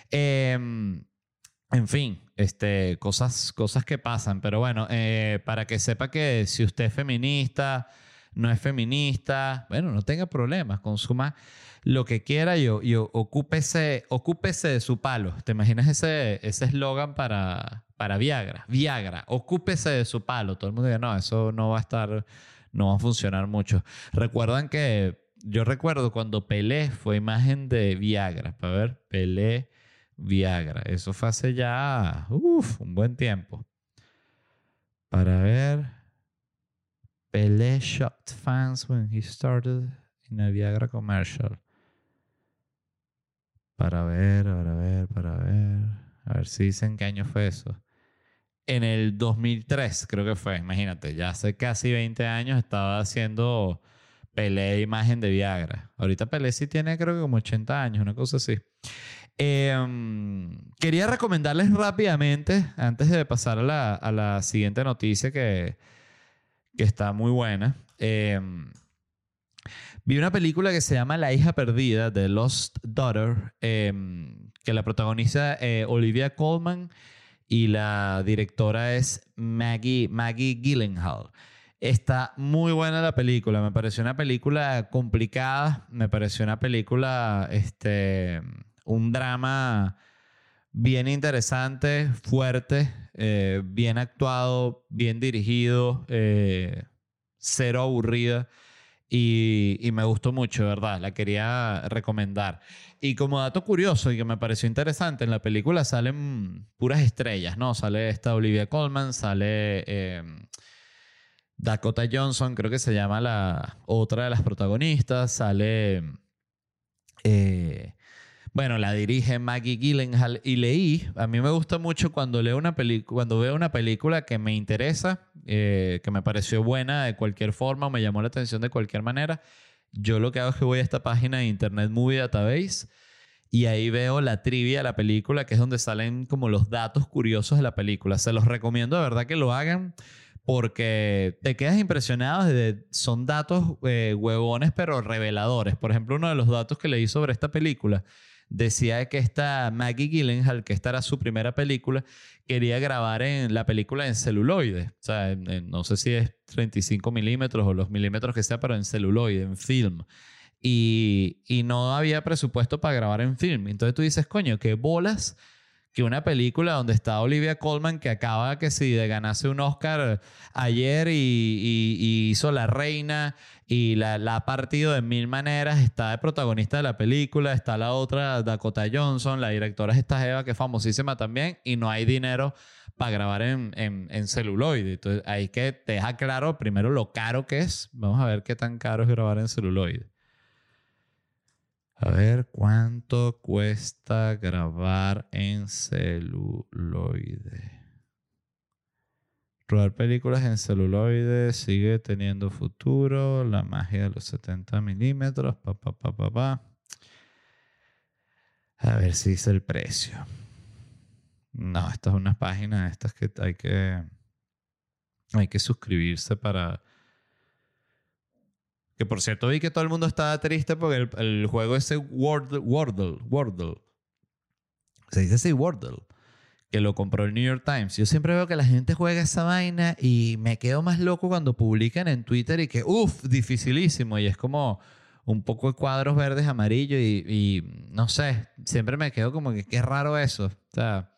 En fin, cosas que pasan. Pero bueno, para que sepa que si usted es feminista, no es feminista, bueno, no tenga problemas. Consuma lo que quiera y ocúpese de su palo. ¿Te imaginas ese eslogan para Viagra? Viagra, ocúpese de su palo. Todo el mundo dice, no, eso no va a funcionar mucho. Recuerdan que yo recuerdo cuando Pelé fue imagen de Viagra. Para ver, Pelé, Viagra. Eso fue hace ya un buen tiempo. Para ver. Pelé shocked fans when he started in a Viagra commercial. Para ver. A ver si dicen qué año fue eso. En el 2003 creo que fue. Imagínate, ya hace casi 20 años estaba haciendo Pelé imagen de Viagra. Ahorita Pelé sí tiene creo que como 80 años, una cosa así. Quería recomendarles rápidamente, antes de pasar a la siguiente noticia que está muy buena. Vi una película que se llama La hija perdida, The Lost Daughter, que la protagoniza Olivia Colman y la directora es Maggie Gyllenhaal. Está muy buena la película. Me pareció una película complicada. Me pareció una película, un drama bien interesante, fuerte, bien actuado, bien dirigido, cero aburrida. y me gustó mucho, de verdad. La quería recomendar. Y como dato curioso y que me pareció interesante, en la película salen puras estrellas, ¿no? Sale esta Olivia Colman, sale Dakota Johnson, creo que se llama la otra de las protagonistas, sale... bueno, la dirige Maggie Gyllenhaal y a mí me gusta mucho cuando cuando veo una película que me interesa, que me pareció buena de cualquier forma o me llamó la atención de cualquier manera. Yo lo que hago es que voy a esta página de Internet Movie Database y ahí veo la trivia de la película, que es donde salen como los datos curiosos de la película. Se los recomiendo de verdad que lo hagan porque te quedas impresionado. Son datos huevones pero reveladores. Por ejemplo, uno de los datos que leí sobre esta película decía que esta Maggie Gyllenhaal, que esta era su primera película, quería grabar la película en celuloide. O sea, no sé si es 35 milímetros o los milímetros que sea, pero en celuloide, en film. Y no había presupuesto para grabar en film. Entonces tú dices, coño, qué bolas que una película donde está Olivia Colman, que acaba que sí de ganarse un Oscar ayer y hizo La Reina y la ha partido de mil maneras, está de protagonista de la película, está la otra Dakota Johnson, la directora es esta jeva que es famosísima también, y no hay dinero para grabar en celuloide. Entonces ahí que te deja claro primero lo caro que es. Vamos a ver qué tan caro es grabar en celuloide. A ver, ¿cuánto cuesta grabar en celuloide? Rodar películas en celuloide sigue teniendo futuro. La magia de los 70 milímetros. A ver si dice el precio. No, esta es una página de estas que hay que suscribirse para... Que por cierto vi que todo el mundo estaba triste porque el juego ese Wordle. Se dice así, Wordle. Que lo compró el New York Times. Yo siempre veo que la gente juega esa vaina y me quedo más loco cuando publican en Twitter y que, dificilísimo. Y es como un poco de cuadros verdes, amarillos y no sé. Siempre me quedo como que qué raro eso. O sea,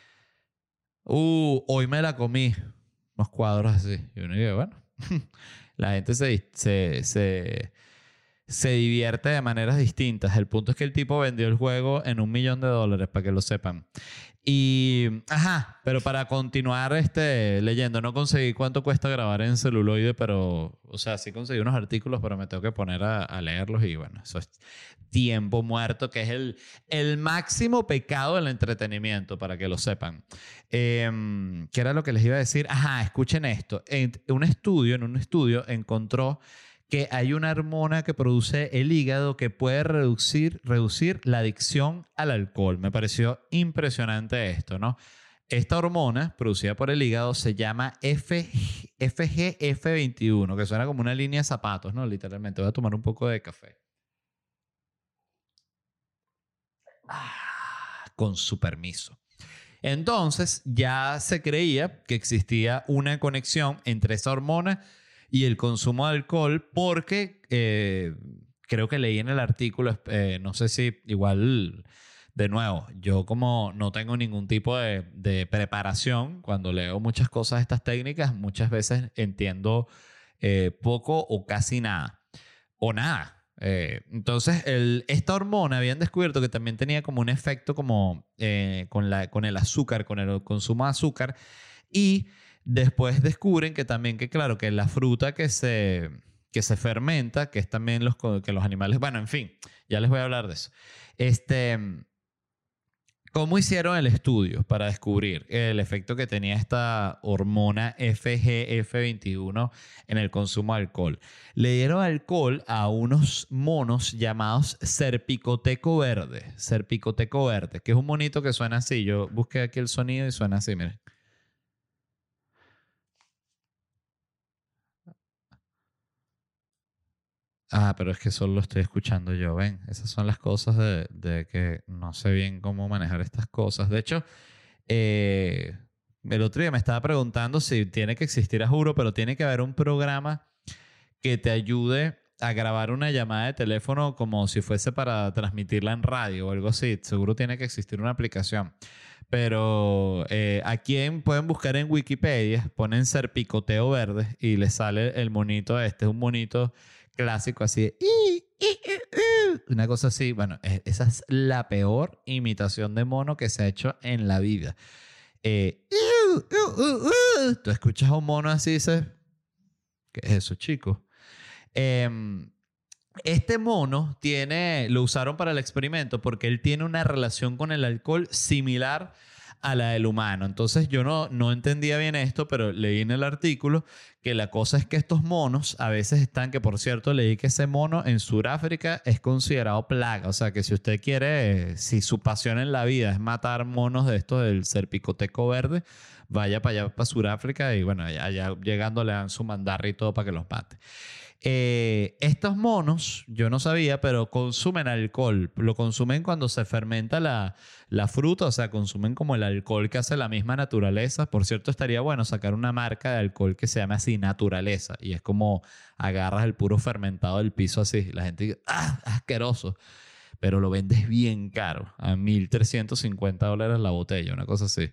hoy me la comí. Unos cuadros así. Y uno dice, bueno... La gente se divierte de maneras distintas. El punto es que el tipo vendió el juego en $1 millón, para que lo sepan. Y, pero para continuar leyendo, no conseguí cuánto cuesta grabar en celuloide, pero, o sea, sí conseguí unos artículos, pero me tengo que poner a leerlos y bueno, eso es tiempo muerto, que es el máximo pecado del entretenimiento, para que lo sepan. ¿Qué era lo que les iba a decir? Escuchen esto. En un estudio encontró que hay una hormona que produce el hígado que puede reducir la adicción al alcohol. Me pareció impresionante esto, ¿no? Esta hormona producida por el hígado se llama FGF21, que suena como una línea de zapatos, ¿no? Literalmente. Voy a tomar un poco de café. Con su permiso. Entonces, ya se creía que existía una conexión entre esa hormona y el consumo de alcohol porque creo que leí en el artículo, no sé si igual, de nuevo, yo como no tengo ningún tipo de preparación, cuando leo muchas cosas de estas técnicas, muchas veces entiendo poco o casi nada, o nada. Entonces, esta hormona habían descubierto que también tenía como un efecto como con el azúcar, con el consumo de azúcar, y después descubren que también que la fruta que se fermenta, que es también que los animales... Bueno, en fin, ya les voy a hablar de eso. ¿Cómo hicieron el estudio para descubrir el efecto que tenía esta hormona FGF21 en el consumo de alcohol? Le dieron alcohol a unos monos llamados serpicoteco verde. Serpicoteco verde, que es un monito que suena así. Yo busqué aquí el sonido y suena así, miren. Pero es que solo lo estoy escuchando yo, ¿ven? Esas son las cosas de que no sé bien cómo manejar estas cosas. De hecho, el otro día me estaba preguntando si tiene que existir, a juro, pero tiene que haber un programa que te ayude a grabar una llamada de teléfono como si fuese para transmitirla en radio o algo así. Seguro tiene que existir una aplicación. Pero aquí pueden buscar en Wikipedia, ponen serpicoteo verde y les sale el monito este. Es un monito clásico así de... Una cosa así. Bueno, esa es la peor imitación de mono que se ha hecho en la vida. Tú escuchas a un mono así y dices... ¿Qué es eso, chico? Este mono lo usaron para el experimento porque él tiene una relación con el alcohol similar a la del humano. Entonces yo no entendía bien esto, pero leí en el artículo que la cosa es que estos monos a veces están, que por cierto leí que ese mono en Sudáfrica es considerado plaga. O sea que si usted quiere, si su pasión en la vida es matar monos de estos del serpicoteco verde, vaya para allá, para Sudáfrica, y bueno, allá llegando le dan su mandarria y todo para que los mate. Estos monos, yo no sabía, pero consumen alcohol. Lo consumen cuando se fermenta la fruta, o sea, consumen como el alcohol que hace la misma naturaleza. Por cierto, estaría bueno sacar una marca de alcohol que se llame así, naturaleza. Y es como agarras el puro fermentado del piso así. La gente dice, ¡ah, asqueroso! Pero lo vendes bien caro, a $1,350 la botella, una cosa así.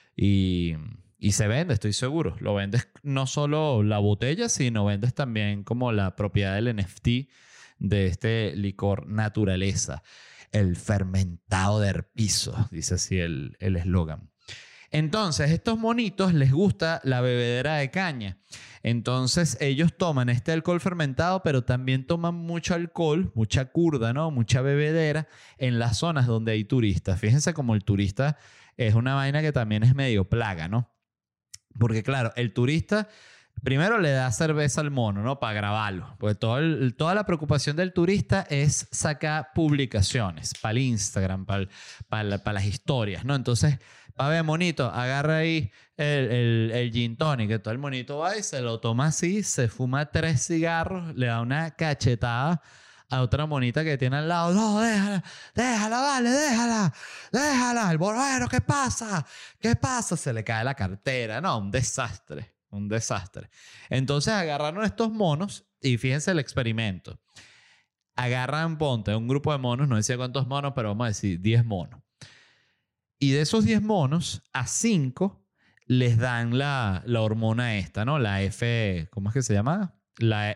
Y se vende, estoy seguro. Lo vendes no solo la botella, sino vendes también como la propiedad del NFT de este licor naturaleza. El fermentado del piso, dice así el eslogan. Entonces, estos monitos les gusta la bebedera de caña. Entonces, ellos toman este alcohol fermentado, pero también toman mucho alcohol, mucha curda, ¿no? Mucha bebedera en las zonas donde hay turistas. Fíjense como el turista es una vaina que también es medio plaga, ¿no? Porque claro, el turista primero le da cerveza al mono, ¿no? Para grabarlo. Porque toda la preocupación del turista es sacar publicaciones para el Instagram, para las historias, ¿no? Entonces, a ver, monito, agarra ahí el gin tonic, que todo el monito va y se lo toma así, se fuma 3 cigarros, le da una cachetada a otra monita que tiene al lado. No, déjala, vale, déjala. El bueno, ¿qué pasa? ¿Qué pasa? Se le cae la cartera. No, un desastre. Entonces agarraron estos monos y fíjense el experimento. Agarran, ponte, un grupo de monos, no decía cuántos monos, pero vamos a decir 10 monos. Y de esos 10 monos, a 5 les dan la hormona esta, ¿no? La ¿cómo es que se llama? La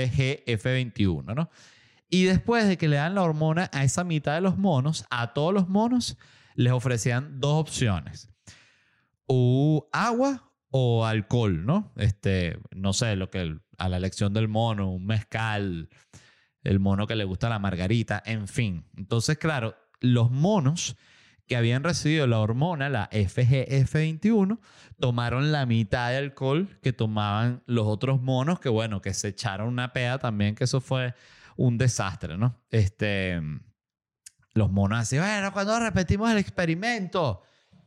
FGF21, ¿no? Y después de que le dan la hormona a esa mitad de los monos, a todos los monos les ofrecían 2 opciones. O agua o alcohol, ¿no? No sé, a la elección del mono, un mezcal, el mono que le gusta la margarita, en fin. Entonces, claro, los monos que habían recibido la hormona, la FGF21, tomaron la mitad de alcohol que tomaban los otros monos, que bueno, que se echaron una peda también, que eso fue un desastre, ¿no? Los monos así, bueno, ¿cuándo repetimos el experimento?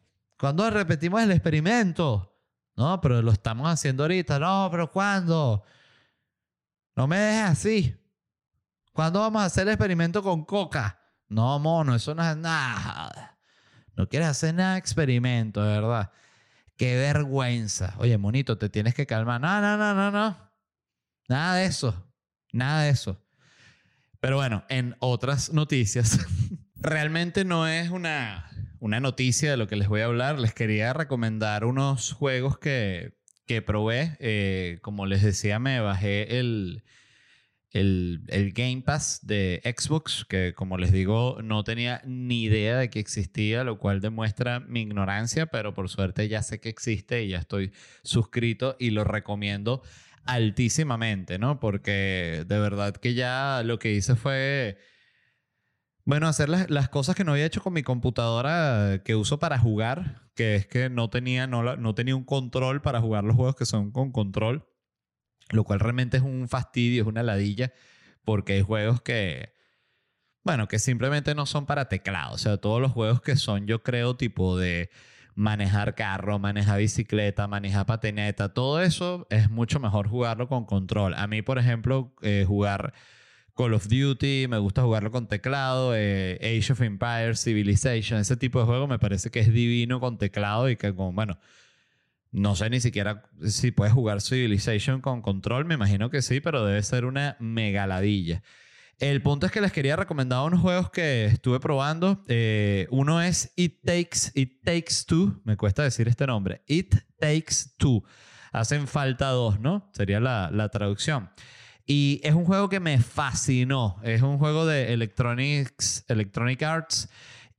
No, pero lo estamos haciendo ahorita. No, pero ¿cuándo? No me dejes así. ¿Cuándo vamos a hacer el experimento con coca? No, mono, eso no es nada. No quieres hacer nada de experimento, de verdad. Qué vergüenza. Oye, monito, te tienes que calmar. No. Nada de eso. Pero bueno, en otras noticias, realmente no es una noticia de lo que les voy a hablar. Les quería recomendar unos juegos que probé. Como les decía, me bajé el Game Pass de Xbox, que como les digo, no tenía ni idea de que existía, lo cual demuestra mi ignorancia, pero por suerte ya sé que existe y ya estoy suscrito y lo recomiendo altísimamente, ¿no? Porque de verdad que ya lo que hice fue, bueno, hacer las cosas que no había hecho con mi computadora que uso para jugar, que es que no tenía un control para jugar los juegos que son con control, lo cual realmente es un fastidio, es una ladilla, porque hay juegos que, bueno, que simplemente no son para teclado. O sea, todos los juegos que son, yo creo, tipo de manejar carro, manejar bicicleta, manejar patineta, todo eso es mucho mejor jugarlo con control. A mí, por ejemplo, jugar Call of Duty, me gusta jugarlo con teclado, Age of Empires, Civilization, ese tipo de juego me parece que es divino con teclado y que con, bueno, no sé ni siquiera si puedes jugar Civilization con control, me imagino que sí, pero debe ser una megaladilla. El punto es que les quería recomendar unos juegos que estuve probando. Uno es It Takes Two. Me cuesta decir este nombre. It Takes Two. Hacen falta 2, ¿no? Sería la traducción. Y es un juego que me fascinó. Es un juego de Electronic Arts.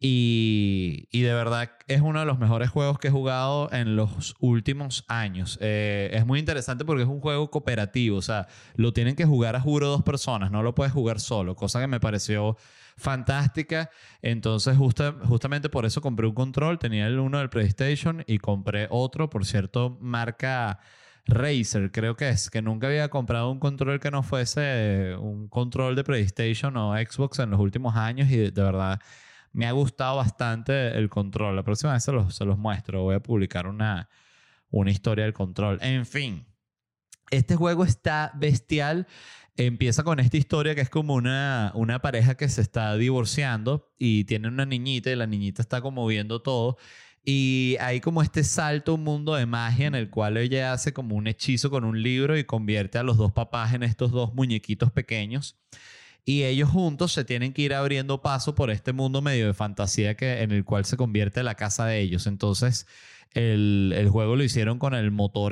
Y de verdad es uno de los mejores juegos que he jugado en los últimos años. Es muy interesante porque es un juego cooperativo. O sea, lo tienen que jugar a juro 2 personas. No lo puedes jugar solo. Cosa que me pareció fantástica. Entonces justamente por eso compré un control. Tenía el uno del PlayStation y compré otro. Por cierto, marca Razer, creo que es. Que nunca había comprado un control que no fuese un control de PlayStation o Xbox en los últimos años. Y de verdad me ha gustado bastante el control. La próxima vez se los muestro. Voy a publicar una historia del control. En fin, este juego está bestial. Empieza con esta historia que es como una pareja que se está divorciando y tiene una niñita y la niñita está como viendo todo. Y hay como este salto a un mundo de magia en el cual ella hace como un hechizo con un libro y convierte a los 2 papás en estos 2 muñequitos pequeños. Y ellos juntos se tienen que ir abriendo paso por este mundo medio de fantasía en el cual se convierte la casa de ellos. Entonces, el juego lo hicieron con el motor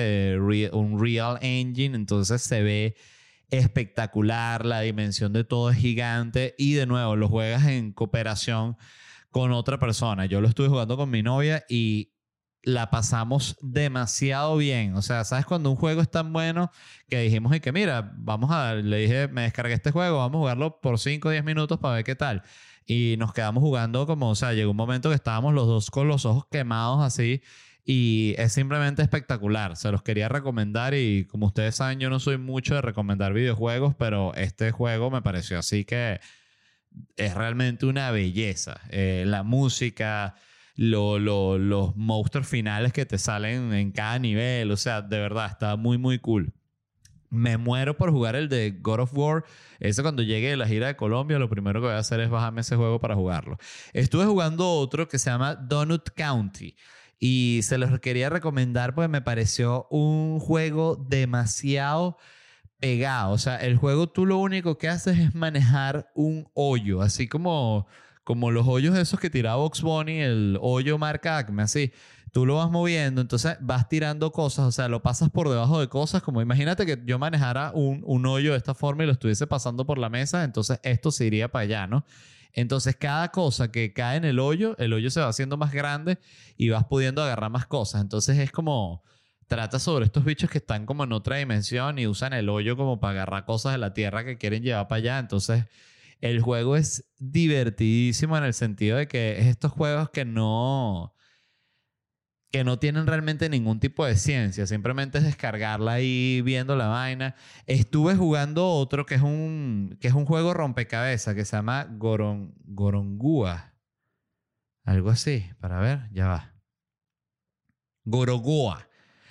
Unreal Engine. Entonces se ve espectacular. La dimensión de todo es gigante. Y de nuevo, lo juegas en cooperación con otra persona. Yo lo estuve jugando con mi novia y la pasamos demasiado bien. O sea, ¿sabes? Cuando un juego es tan bueno que dijimos y que mira, le dije, me descargué este juego, vamos a jugarlo por 5 o 10 minutos para ver qué tal. Y nos quedamos jugando como, o sea, llegó un momento que estábamos los 2 con los ojos quemados así y es simplemente espectacular. Se los quería recomendar y como ustedes saben, yo no soy mucho de recomendar videojuegos, pero este juego me pareció así que es realmente una belleza. La música, los monstruos finales que te salen en cada nivel. O sea, de verdad, está muy, muy cool. Me muero por jugar el de God of War. Ese cuando llegue de la gira de Colombia, lo primero que voy a hacer es bajarme ese juego para jugarlo. Estuve jugando otro que se llama Donut County. Y se los quería recomendar porque me pareció un juego demasiado pegado. O sea, el juego tú lo único que haces es manejar un hoyo. Así como los hoyos esos que tiraba Bugs Bunny, el hoyo marca Acme, así. Tú lo vas moviendo, entonces vas tirando cosas, o sea, lo pasas por debajo de cosas, como imagínate que yo manejara un hoyo de esta forma y lo estuviese pasando por la mesa, entonces esto se iría para allá, ¿no? Entonces cada cosa que cae en el hoyo se va haciendo más grande y vas pudiendo agarrar más cosas. Entonces es como, trata sobre estos bichos que están como en otra dimensión y usan el hoyo como para agarrar cosas de la tierra que quieren llevar para allá, entonces el juego es divertidísimo en el sentido de que es estos juegos que no tienen realmente ningún tipo de ciencia. Simplemente es descargarla ahí viendo la vaina. Estuve jugando otro que es un juego rompecabezas que se llama Gorongua. Algo así. Para ver, ya va. Gorogoa.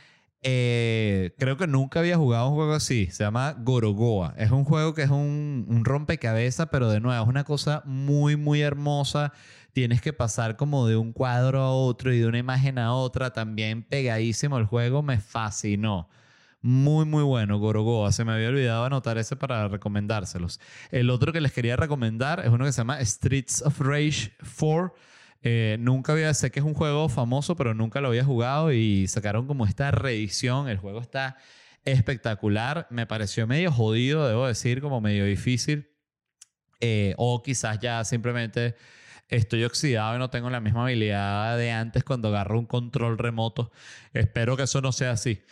Creo que nunca había jugado un juego así. Se llama Gorogoa. Es un juego que es un rompecabezas, pero de nuevo es una cosa muy, muy hermosa. Tienes que pasar como de un cuadro a otro y de una imagen a otra. También pegadísimo el juego. Me fascinó. Muy, muy bueno, Gorogoa. Se me había olvidado anotar ese para recomendárselos. El otro que les quería recomendar es uno que se llama Streets of Rage 4. Sé que es un juego famoso, pero nunca lo había jugado y sacaron como esta reedición. El juego está espectacular. Me pareció medio jodido, debo decir, como medio difícil. O quizás ya simplemente estoy oxidado y no tengo la misma habilidad de antes cuando agarro un control remoto. Espero que eso no sea así.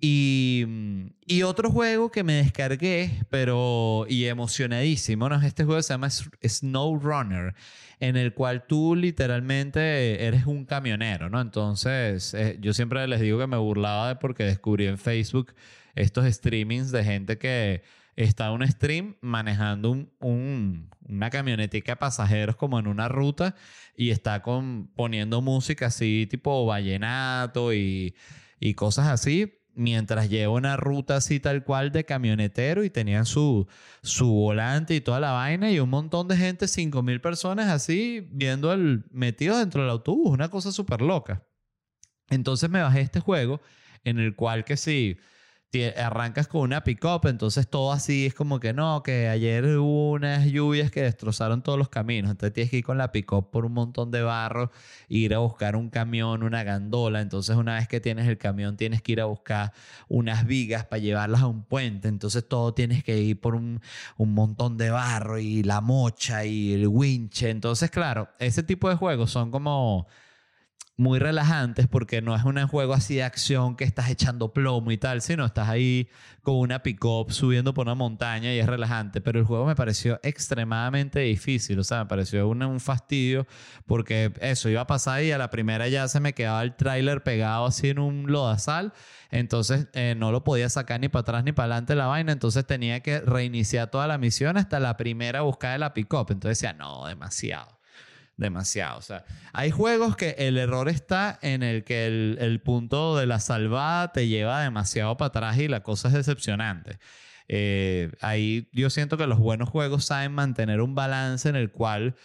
Y otro juego que me descargué, y emocionadísimo, ¿no? Este juego se llama SnowRunner, en el cual tú literalmente eres un camionero, ¿no? Entonces, yo siempre les digo que me burlaba porque descubrí en Facebook estos streamings de gente que está en un stream manejando una camionetica de pasajeros como en una ruta y está poniendo música así tipo vallenato y cosas así, mientras lleva una ruta así tal cual de camionetero y tenían su volante y toda la vaina y un montón de gente, 5,000 personas así metidos dentro del autobús, una cosa súper loca. Entonces me bajé este juego en el cual que sí, arrancas con una pick-up, entonces todo así es como que no, que ayer hubo unas lluvias que destrozaron todos los caminos, entonces tienes que ir con la pick-up por un montón de barro, ir a buscar un camión, una gandola, entonces una vez que tienes el camión tienes que ir a buscar unas vigas para llevarlas a un puente, entonces todo tienes que ir por un montón de barro y la mocha y el winche, entonces claro, ese tipo de juegos son como muy relajantes porque no es un juego así de acción que estás echando plomo y tal, sino estás ahí con una pick-up subiendo por una montaña y es relajante. Pero el juego me pareció extremadamente difícil, o sea, me pareció un fastidio porque eso iba a pasar y a la primera ya se me quedaba el tráiler pegado así en un lodazal, entonces no lo podía sacar ni para atrás ni para adelante la vaina, entonces tenía que reiniciar toda la misión hasta la primera búsqueda de la pick-up. Entonces decía, no, demasiado. O sea, hay juegos que el error está en el que el punto de la salvada te lleva demasiado para atrás y la cosa es decepcionante. Ahí yo siento que los buenos juegos saben mantener un balance en el cual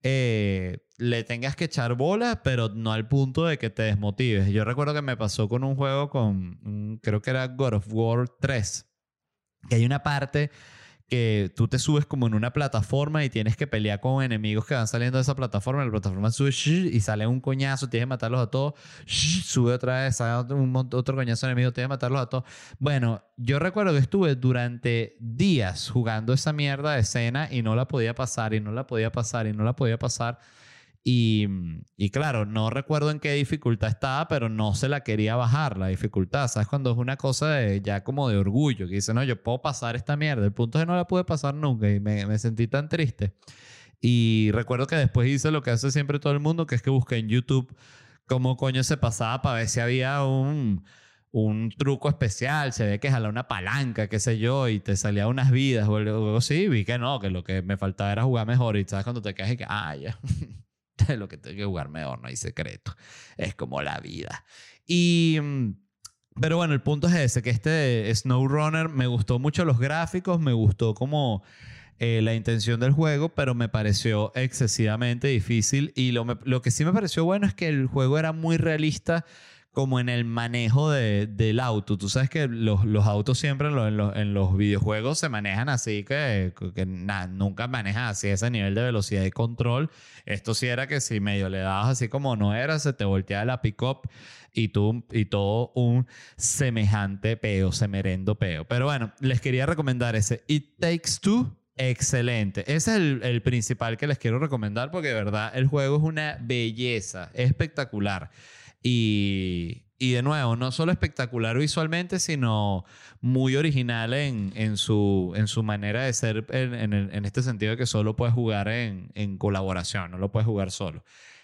le tengas que echar bola, pero no al punto de que te desmotives. Yo recuerdo que me pasó con un juego creo que era God of War 3, que hay una parte que tú te subes como en una plataforma y tienes que pelear con enemigos que van saliendo de esa plataforma. La plataforma sube y sale un coñazo, tienes que matarlos a todos. Sube otra vez, sale otro coñazo de enemigos, tienes que matarlos a todos. Bueno, yo recuerdo que estuve durante días jugando esa mierda de escena y no la podía pasar, y no la podía pasar, y no la podía pasar. Y claro, no recuerdo en qué dificultad estaba, pero no se la quería bajar la dificultad. ¿Sabes? Cuando es una cosa ya como de orgullo, que dice, no, yo puedo pasar esta mierda. El punto es que no la pude pasar nunca y me sentí tan triste. Y recuerdo que después hice lo que hace siempre todo el mundo, que es que busqué en YouTube cómo coño se pasaba para ver si había un truco especial, se ve que jala una palanca, qué sé yo, y te salía unas vidas o algo así. Vi que no, que lo que me faltaba era jugar mejor. Y sabes cuando te quedas y que, ya... lo que tengo que jugar mejor, no hay secreto. Es como la vida. Pero bueno, el punto es ese, que este SnowRunner me gustó mucho los gráficos, me gustó como la intención del juego, pero me pareció excesivamente difícil. Y lo que sí me pareció bueno es que el juego era muy realista como en el manejo del auto. Tú sabes que los autos siempre en los videojuegos se manejan así, que nunca manejas así ese nivel de velocidad y control. Esto sí era que si medio le dabas así como no era, se te volteaba la pick-up y todo un semejante peo, semerendo peo. Pero bueno, les quería recomendar ese It Takes Two. Excelente. Ese es el principal que les quiero recomendar porque de verdad el juego es una belleza, es espectacular. Y de nuevo, no solo espectacular visualmente, sino muy original en su manera de ser en este sentido de que solo puedes jugar en colaboración, no lo puedes jugar solo.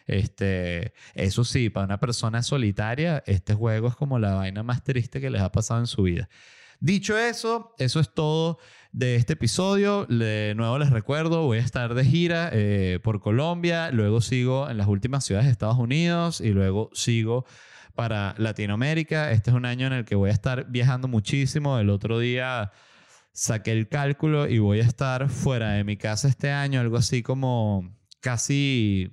Eso sí, para una persona solitaria, este juego es como la vaina más triste que les ha pasado en su vida. Dicho eso es todo de este episodio. De nuevo les recuerdo, voy a estar de gira por Colombia, luego sigo en las últimas ciudades de Estados Unidos y luego sigo para Latinoamérica. Este es un año en el que voy a estar viajando muchísimo. El otro día saqué el cálculo y voy a estar fuera de mi casa este año, algo así como casi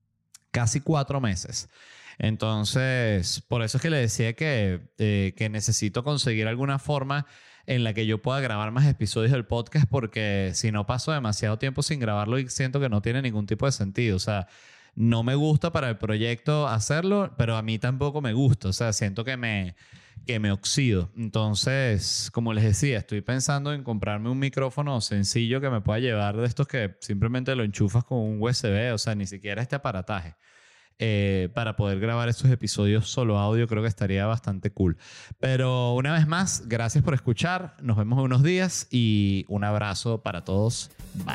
4 meses. Entonces, por eso es que le decía que necesito conseguir alguna forma en la que yo pueda grabar más episodios del podcast, porque si no paso demasiado tiempo sin grabarlo y siento que no tiene ningún tipo de sentido. O sea, no me gusta para el proyecto hacerlo, pero a mí tampoco me gusta. O sea, siento que me oxido. Entonces, como les decía, estoy pensando en comprarme un micrófono sencillo que me pueda llevar de estos que simplemente lo enchufas con un USB, o sea, ni siquiera este aparataje. Para poder grabar estos episodios solo audio, creo que estaría bastante cool. Pero una vez más, gracias por escuchar. Nos vemos en unos días y un abrazo para todos. Bye.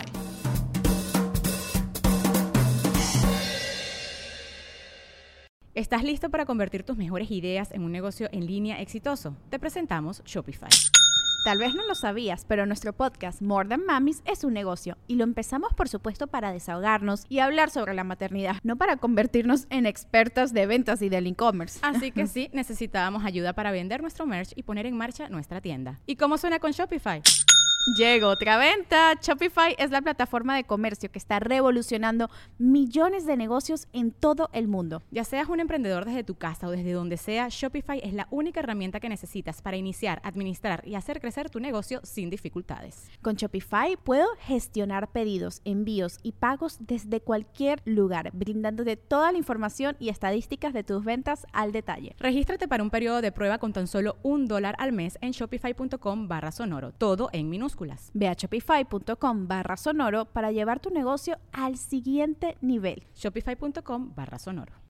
¿Estás listo para convertir tus mejores ideas en un negocio en línea exitoso? Te presentamos Shopify. Tal vez no lo sabías, pero nuestro podcast More Than Mamis es un negocio y lo empezamos, por supuesto, para desahogarnos y hablar sobre la maternidad, no para convertirnos en expertas de ventas y del e-commerce. Así que sí, necesitábamos ayuda para vender nuestro merch y poner en marcha nuestra tienda. ¿Y cómo suena con Shopify? Llegó otra venta. Shopify es la plataforma de comercio que está revolucionando millones de negocios en todo el mundo. Ya seas un emprendedor desde tu casa o desde donde sea, Shopify es la única herramienta que necesitas para iniciar, administrar y hacer crecer tu negocio sin dificultades. Con Shopify puedo gestionar pedidos, envíos y pagos desde cualquier lugar, brindándote toda la información y estadísticas de tus ventas al detalle. Regístrate para un periodo de prueba con tan solo $1 al mes en shopify.com/sonoro, todo en minúsculas. Ve a shopify.com/sonoro para llevar tu negocio al siguiente nivel. Shopify.com/sonoro.